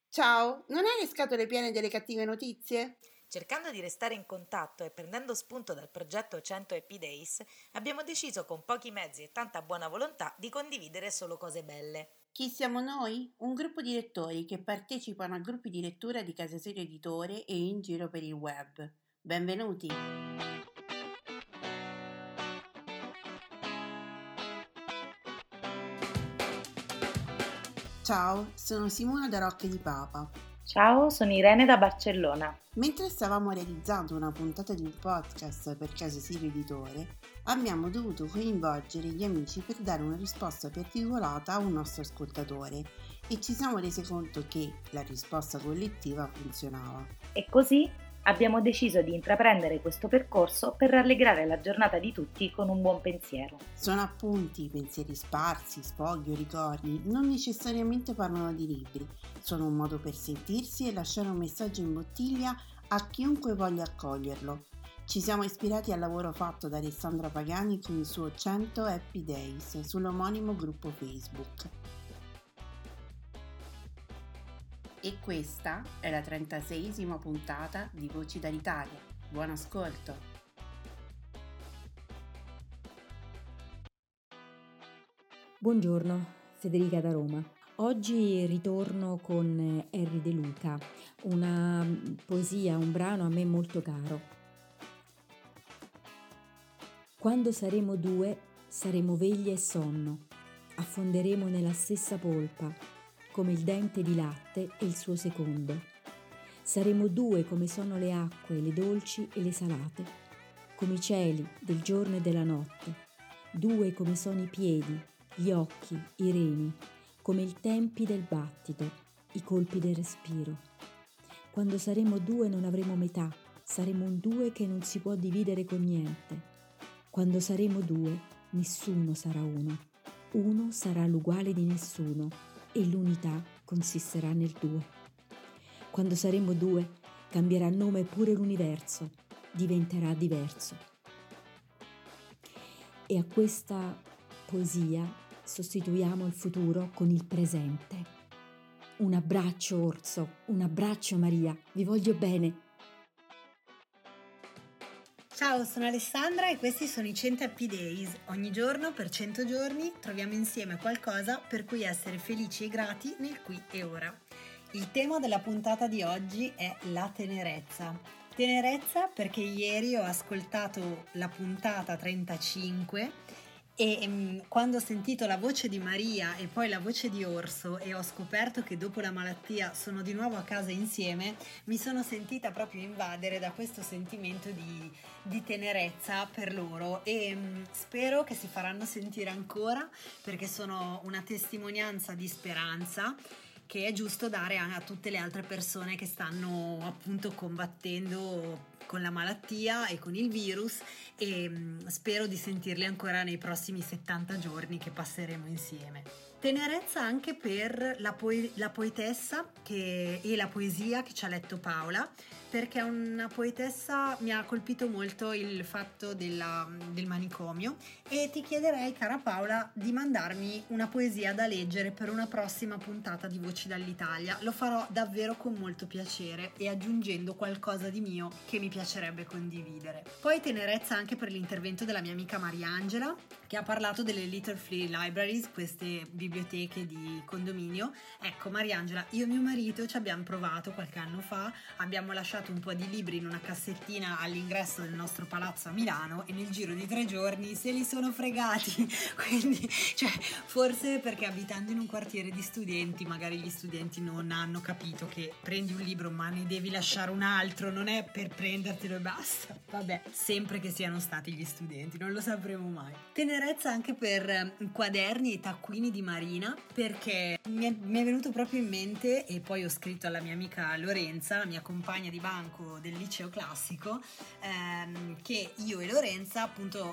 Ciao, non hai le scatole piene delle cattive notizie? Cercando di restare in contatto e prendendo spunto dal progetto 100 Happy Days, abbiamo deciso con pochi mezzi e tanta buona volontà di condividere solo cose belle. Chi siamo noi? Un gruppo di lettori che partecipano a gruppi di lettura di Casa Serio Editore e in giro per il web. Benvenuti! Ciao, sono Simona da Rocche di Papa. Ciao, sono Irene da Barcellona. Mentre stavamo realizzando una puntata di un podcast per Casa Serio Editore, abbiamo dovuto coinvolgere gli amici per dare una risposta più articolata a un nostro ascoltatore e ci siamo resi conto che la risposta collettiva funzionava. E così abbiamo deciso di intraprendere questo percorso per rallegrare la giornata di tutti con un buon pensiero. Sono appunti, pensieri sparsi, sfoghi o ricordi, non necessariamente parlano di libri, sono un modo per sentirsi e lasciare un messaggio in bottiglia a chiunque voglia accoglierlo. Ci siamo ispirati al lavoro fatto da Alessandra Pagani con il suo 100 Happy Days sull'omonimo gruppo Facebook. E questa è la 36esima puntata di Voci dall'Italia. Buon ascolto! Buongiorno, Federica da Roma. Oggi ritorno con Henry De Luca, una poesia, un brano a me molto caro. Quando saremo due, saremo veglie e sonno, affonderemo nella stessa polpa, come il dente di latte e il suo secondo. Saremo due come sono le acque, le dolci e le salate, come i cieli del giorno e della notte, due come sono i piedi, gli occhi, i reni, come i tempi del battito, i colpi del respiro. Quando saremo due non avremo metà, saremo un due che non si può dividere con niente. Quando saremo due, nessuno sarà uno. Uno sarà l'uguale di nessuno e l'unità consisterà nel due. Quando saremo due, cambierà nome pure l'universo, diventerà diverso. E a questa poesia sostituiamo il futuro con il presente. Un abbraccio Orso, un abbraccio Maria, vi voglio bene. Ciao, sono Alessandra e questi sono i 100 Happy Days. Ogni giorno, per 100 giorni, troviamo insieme qualcosa per cui essere felici e grati nel qui e ora. Il tema della puntata di oggi è la tenerezza. Tenerezza perché ieri ho ascoltato la puntata 35 e quando ho sentito la voce di Maria e poi la voce di Orso e ho scoperto che dopo la malattia sono di nuovo a casa insieme, mi sono sentita proprio invadere da questo sentimento di tenerezza per loro e spero che si faranno sentire ancora perché sono una testimonianza di speranza che è giusto dare a tutte le altre persone che stanno appunto combattendo con la malattia e con il virus e spero di sentirli ancora nei prossimi 70 giorni che passeremo insieme. Tenerezza anche per la poetessa e la poesia che ci ha letto Paola, perché è una poetessa, mi ha colpito molto il fatto del manicomio e ti chiederei, cara Paola, di mandarmi una poesia da leggere per una prossima puntata di Voci dall'Italia. Lo farò davvero con molto piacere e aggiungendo qualcosa di mio che mi piacerebbe condividere. Poi tenerezza anche per l'intervento della mia amica Mariangela, che ha parlato delle Little Flea Libraries, queste biblioteche di condominio. Ecco Mariangela, io e mio marito ci abbiamo provato qualche anno fa, abbiamo lasciato un po' di libri in una cassettina all'ingresso del nostro palazzo a Milano e nel giro di 3 giorni se li sono fregati. Quindi, forse perché abitando in un quartiere di studenti, magari gli studenti non hanno capito che prendi un libro ma ne devi lasciare un altro, non è per prendertelo e basta. Vabbè, sempre che siano stati gli studenti, non lo sapremo mai. Tenerezza anche per quaderni e taccuini di Marina, perché mi è venuto proprio in mente, e poi ho scritto alla mia amica Lorenza, la mia compagna di banco del liceo classico, che io e Lorenza appunto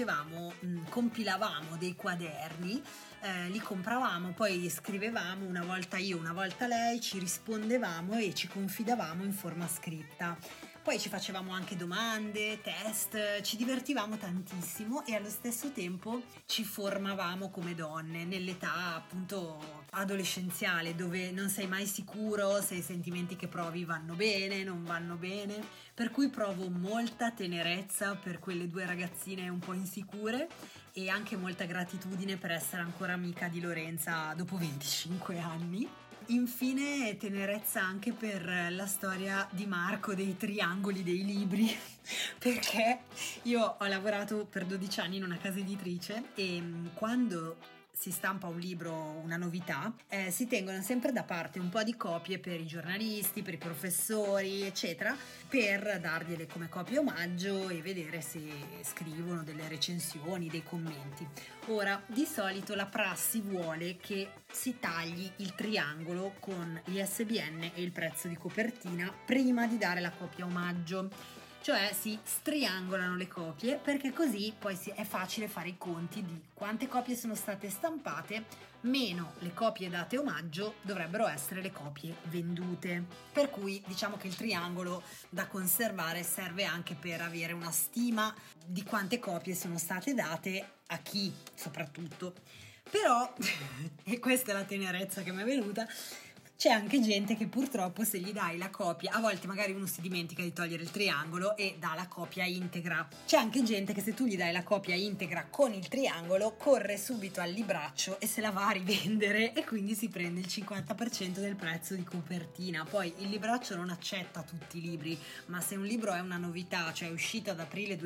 compilavamo dei quaderni, li compravamo, poi scrivevamo una volta io, una volta lei, ci rispondevamo e ci confidavamo in forma scritta. Poi ci facevamo anche domande, test, ci divertivamo tantissimo e allo stesso tempo ci formavamo come donne nell'età appunto adolescenziale, dove non sei mai sicuro se i sentimenti che provi vanno bene, non vanno bene, per cui provo molta tenerezza per quelle due ragazzine un po' insicure e anche molta gratitudine per essere ancora amica di Lorenza dopo 25 anni. Infine tenerezza anche per la storia di Marco dei triangoli dei libri, perché io ho lavorato per 12 anni in una casa editrice e quando si stampa un libro, una novità, si tengono sempre da parte un po' di copie per i giornalisti, per i professori, eccetera, per dargliele come copia omaggio e vedere se scrivono delle recensioni, dei commenti. Ora, di solito la prassi vuole che si tagli il triangolo con l'ISBN e il prezzo di copertina prima di dare la copia omaggio. Cioè si striangolano le copie perché così poi è facile fare i conti di quante copie sono state stampate meno le copie date omaggio dovrebbero essere le copie vendute. Per cui diciamo che il triangolo da conservare serve anche per avere una stima di quante copie sono state date a chi soprattutto. Però, e questa è la tenerezza che mi è venuta, c'è anche gente che purtroppo se gli dai la copia, a volte magari uno si dimentica di togliere il triangolo e dà la copia integra. C'è anche gente che se tu gli dai la copia integra con il triangolo corre subito al libraccio e se la va a rivendere e quindi si prende il 50% del prezzo di copertina. Poi il libraccio non accetta tutti i libri, ma se un libro è una novità, cioè è uscito ad aprile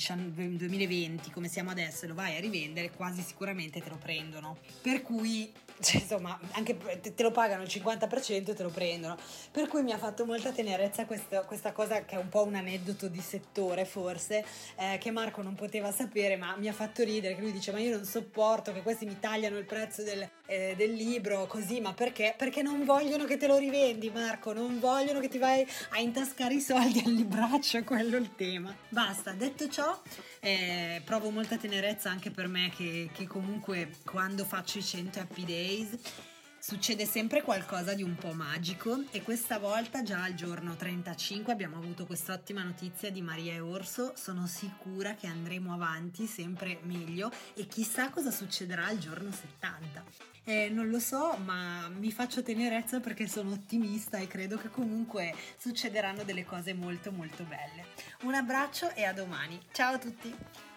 2020 come siamo adesso e lo vai a rivendere, quasi sicuramente te lo prendono. Per cui insomma anche te lo pagano il 50% e te lo prendono, per cui mi ha fatto molta tenerezza questa cosa che è un po' un aneddoto di settore forse, che Marco non poteva sapere, ma mi ha fatto ridere, che lui dice ma io non sopporto che questi mi tagliano il prezzo del libro così, ma perché? Perché non vogliono che te lo rivendi, Marco, non vogliono che ti vai a intascare i soldi al libraccio, è quello il tema. Basta, detto ciò, provo molta tenerezza anche per me che comunque quando faccio i 100 Happy Days succede sempre qualcosa di un po' magico e questa volta già al giorno 35 abbiamo avuto quest'ottima notizia di Maria e Orso. Sono sicura che andremo avanti sempre meglio e chissà cosa succederà al giorno 70. Non lo so, ma mi faccio tenerezza perché sono ottimista e credo che comunque succederanno delle cose molto molto belle. Un abbraccio e a domani. Ciao a tutti!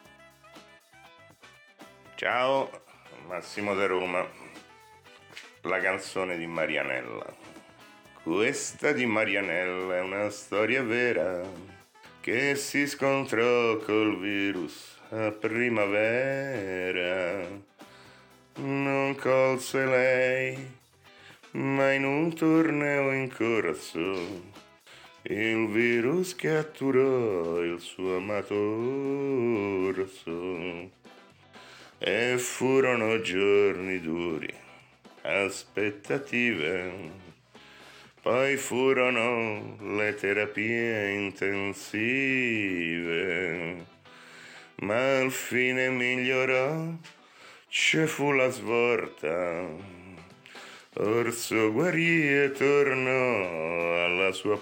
Ciao, Massimo da Roma. La canzone di Marianella. Questa di Marianella è una storia vera che si scontrò col virus a primavera. Non colse lei, ma in un torneo in corso il virus catturò il suo amato orso. E furono giorni duri, aspettative, poi furono le terapie intensive, ma al fine migliorò, ci fu la svolta, Orso guarì e tornò alla sua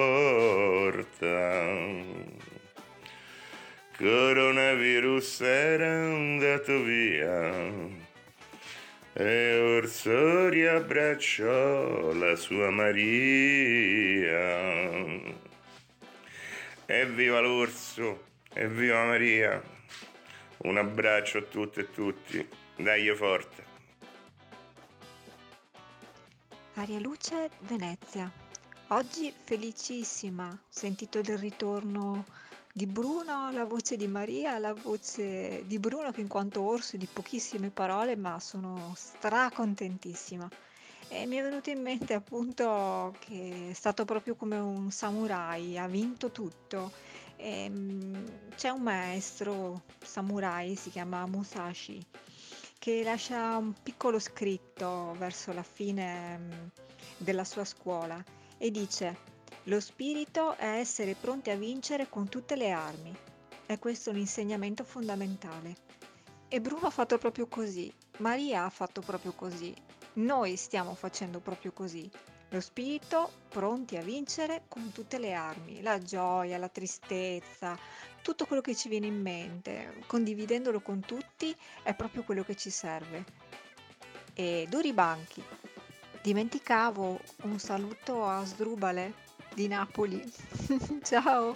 porta. Coronavirus era andato via e Orso riabbracciò la sua Maria. Evviva l'orso, evviva Maria. Un abbraccio a tutte e tutti, dai forte. Aria Luce, Venezia. Oggi felicissima, ho sentito del ritorno di Bruno, la voce di Maria, la voce di Bruno che in quanto orso di pochissime parole, ma sono stracontentissima. E mi è venuto in mente appunto che è stato proprio come un samurai, ha vinto tutto. C'è un maestro samurai, si chiama Musashi, che lascia un piccolo scritto verso la fine della sua scuola e dice: lo spirito è essere pronti a vincere con tutte le armi. E questo è un insegnamento fondamentale. E Bruno ha fatto proprio così, Maria ha fatto proprio così, noi stiamo facendo proprio così. lo spirito pronti a vincere con tutte le armi, la gioia, la tristezza, tutto quello che ci viene in mente, condividendolo con tutti è proprio quello che ci serve. E duri banchi. Dimenticavo un saluto a Asdrubale di Napoli. Ciao!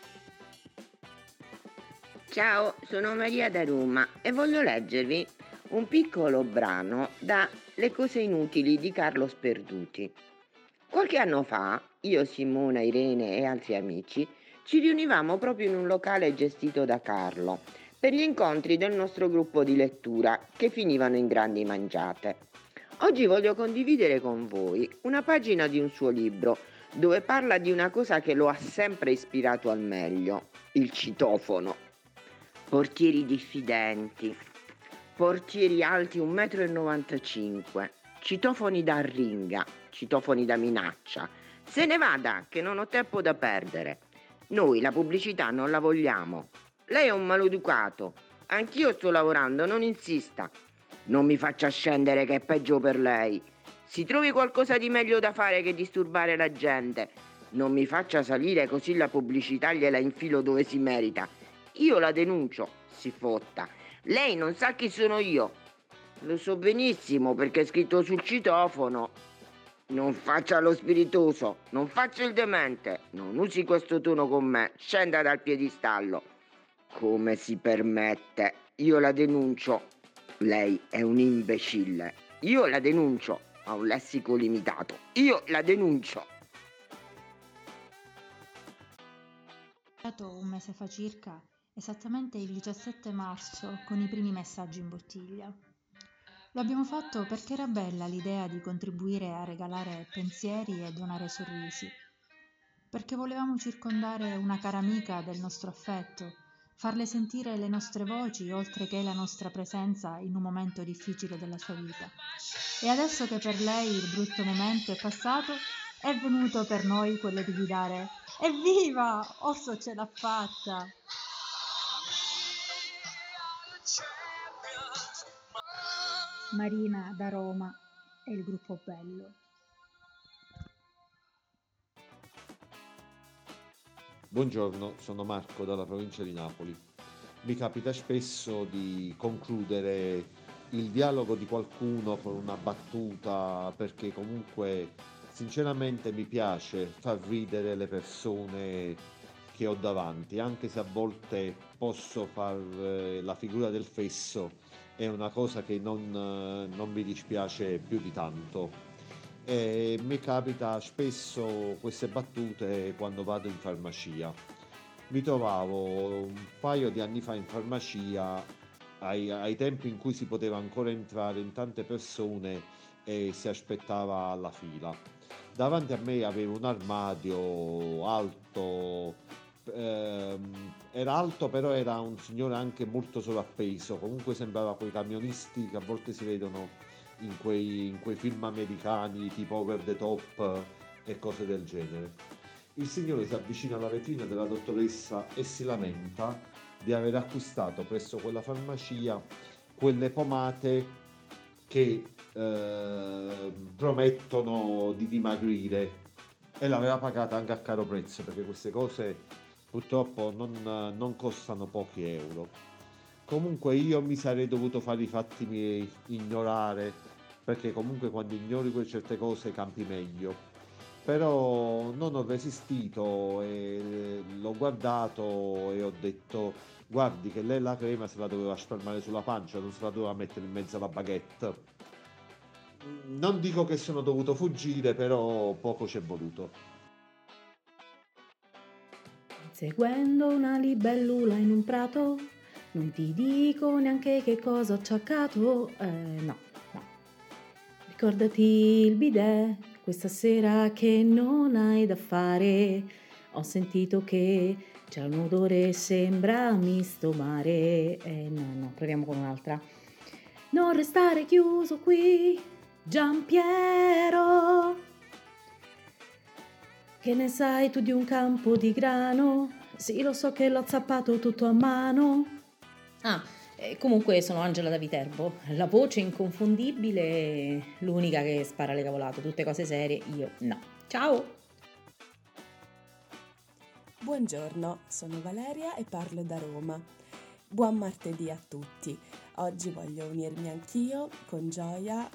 Ciao, sono Maria da Roma e voglio leggervi un piccolo brano da Le cose inutili di Carlo Sperduti. Qualche anno fa, io, Simona, Irene e altri amici ci riunivamo proprio in un locale gestito da Carlo per gli incontri del nostro gruppo di lettura che finivano in grandi mangiate. Oggi voglio condividere con voi una pagina di un suo libro dove parla di una cosa che lo ha sempre ispirato al meglio, il citofono. Portieri diffidenti, portieri alti 1,95 m, citofoni da arringa, citofoni da minaccia. Se ne vada, che non ho tempo da perdere. Noi la pubblicità non la vogliamo. Lei è un maleducato. Anch'io sto lavorando, non insista. Non mi faccia scendere che è peggio per lei. Si trovi qualcosa di meglio da fare che disturbare la gente. Non mi faccia salire così la pubblicità gliela infilo dove si merita. Io la denuncio, si fotta. Lei non sa chi sono io. Lo so benissimo perché è scritto sul citofono. Non faccia lo spiritoso, non faccia il demente, non usi questo tono con me, scenda dal piedistallo. Come si permette? Io la denuncio. Lei è un imbecille. Io la denuncio. Ha un lessico limitato. Io la denuncio. Un mese fa circa, esattamente il 17 marzo, con i primi messaggi in bottiglia. Lo abbiamo fatto perché era bella l'idea di contribuire a regalare pensieri e donare sorrisi, perché volevamo circondare una cara amica del nostro affetto, farle sentire le nostre voci oltre che la nostra presenza in un momento difficile della sua vita. E adesso che per lei il brutto momento è passato, è venuto per noi quello di gridare: evviva! Orso ce l'ha fatta! Marina da Roma e il gruppo Bello. Buongiorno, sono Marco dalla provincia di Napoli. Mi capita spesso di concludere il dialogo di qualcuno con una battuta perché comunque sinceramente mi piace far ridere le persone che ho davanti, anche se a volte posso far la figura del fesso, è una cosa che non mi dispiace più di tanto. E mi capita spesso queste battute quando vado in farmacia. Mi trovavo un paio di anni fa in farmacia ai tempi in cui si poteva ancora entrare in tante persone e si aspettava alla fila. Davanti a me avevo un armadio alto, era alto però era un signore anche molto sovrappeso, comunque sembrava quei camionisti che a volte si vedono in quei film americani tipo Over the Top e cose del genere. Il signore si avvicina alla vetrina della dottoressa e si lamenta di aver acquistato presso quella farmacia quelle pomate che promettono di dimagrire, e l'aveva pagata anche a caro prezzo perché queste cose purtroppo non costano pochi euro. Comunque io mi sarei dovuto fare i fatti miei, ignorare, perché comunque quando ignori certe cose campi meglio. Però non ho resistito e l'ho guardato e ho detto: guardi che lei la crema se la doveva spalmare sulla pancia, non se la doveva mettere in mezzo alla baguette. Non dico che sono dovuto fuggire, però poco ci è voluto. Seguendo una libellula in un prato, non ti dico neanche che cosa ho acciaccato. No. Ricordati il bidet, questa sera che non hai da fare. Ho sentito che c'è un odore, sembra misto mare. No, proviamo con un'altra. Non restare chiuso qui, Giampiero. Che ne sai tu di un campo di grano? Sì, lo so che l'ho zappato tutto a mano. Comunque sono Angela da Viterbo, la voce inconfondibile, l'unica che spara le cavolate, tutte cose serie, io no. Ciao! Buongiorno, sono Valeria e parlo da Roma. Buon martedì a tutti. Oggi voglio unirmi anch'io con gioia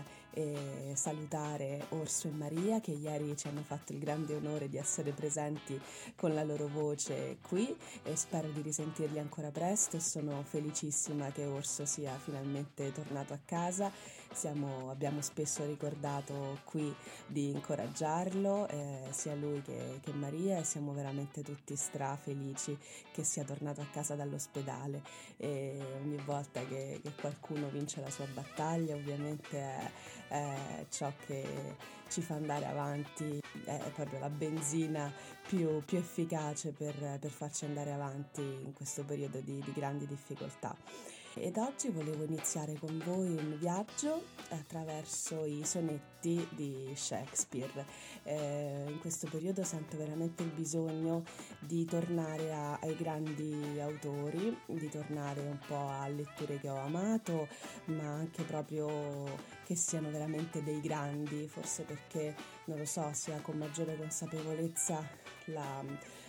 e salutare Orso e Maria che ieri ci hanno fatto il grande onore di essere presenti con la loro voce qui e spero di risentirli ancora presto. Sono felicissima che Orso sia finalmente tornato a casa. Abbiamo spesso ricordato qui di incoraggiarlo, sia lui che Maria, e siamo veramente tutti strafelici che sia tornato a casa dall'ospedale. E ogni volta che qualcuno vince la sua battaglia ovviamente è ciò che ci fa andare avanti, è proprio la benzina più efficace per farci andare avanti in questo periodo di grandi difficoltà. Ed oggi volevo iniziare con voi un viaggio attraverso i sonetti di Shakespeare. In questo periodo sento veramente il bisogno di tornare ai grandi autori, di tornare un po' a letture che ho amato, ma anche proprio che siano veramente dei grandi, forse perché, non lo so, si ha con maggiore consapevolezza la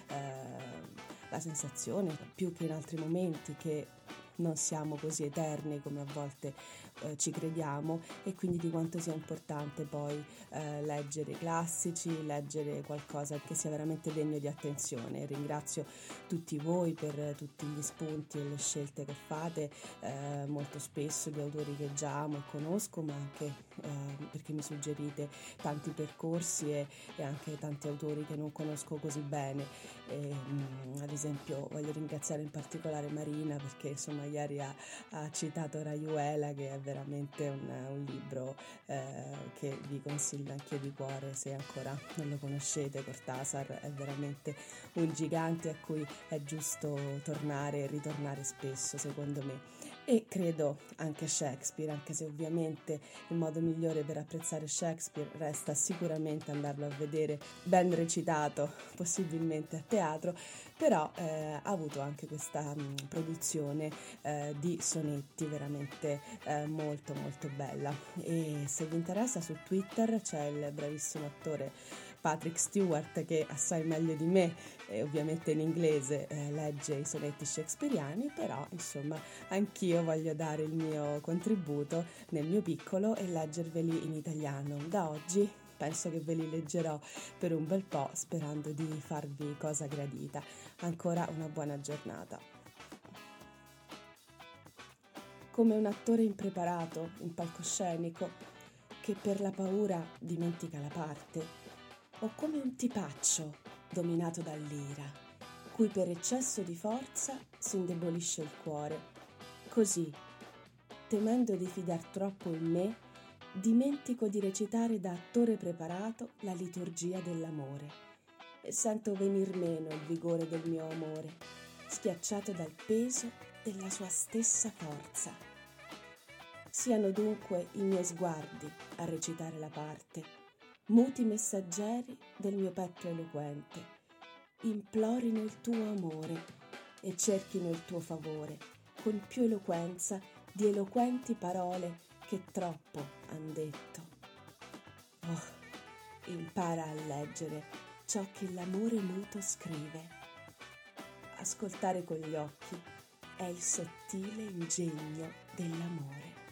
sensazione, più che in altri momenti, che non siamo così eterni come a volte ci crediamo, e quindi di quanto sia importante poi leggere i classici, leggere qualcosa che sia veramente degno di attenzione. Ringrazio tutti voi per tutti gli spunti e le scelte che fate, molto spesso di autori che già amo e conosco, ma anche perché mi suggerite tanti percorsi e anche tanti autori che non conosco così bene. Ad esempio voglio ringraziare in particolare Marina, perché insomma ieri ha citato Rayuela, che è veramente un libro che vi consiglio anch'io di cuore se ancora non lo conoscete. Cortázar è veramente un gigante a cui è giusto tornare e ritornare spesso, secondo me. E credo anche Shakespeare, anche se ovviamente il modo migliore per apprezzare Shakespeare resta sicuramente andarlo a vedere ben recitato, possibilmente a teatro, però ha avuto anche questa produzione di sonetti veramente molto molto bella. E se vi interessa, su Twitter c'è il bravissimo attore Patrick Stewart, che assai meglio di me, ovviamente in inglese, legge i sonetti shakespeariani, però insomma anch'io voglio dare il mio contributo nel mio piccolo e leggerveli in italiano. Da oggi penso che ve li leggerò per un bel po', sperando di farvi cosa gradita. Ancora una buona giornata. Come un attore impreparato in palcoscenico che per la paura dimentica la parte, o come un tipaccio dominato dall'ira, cui per eccesso di forza si indebolisce il cuore. Così, temendo di fidar troppo in me, dimentico di recitare da attore preparato la liturgia dell'amore e sento venir meno il vigore del mio amore, schiacciato dal peso della sua stessa forza. Siano dunque i miei sguardi a recitare la parte, muti messaggeri del mio petto eloquente, implorino il tuo amore e cerchino il tuo favore, con più eloquenza di eloquenti parole che troppo han detto. Oh, impara a leggere ciò che l'amore muto scrive. Ascoltare con gli occhi è il sottile ingegno dell'amore.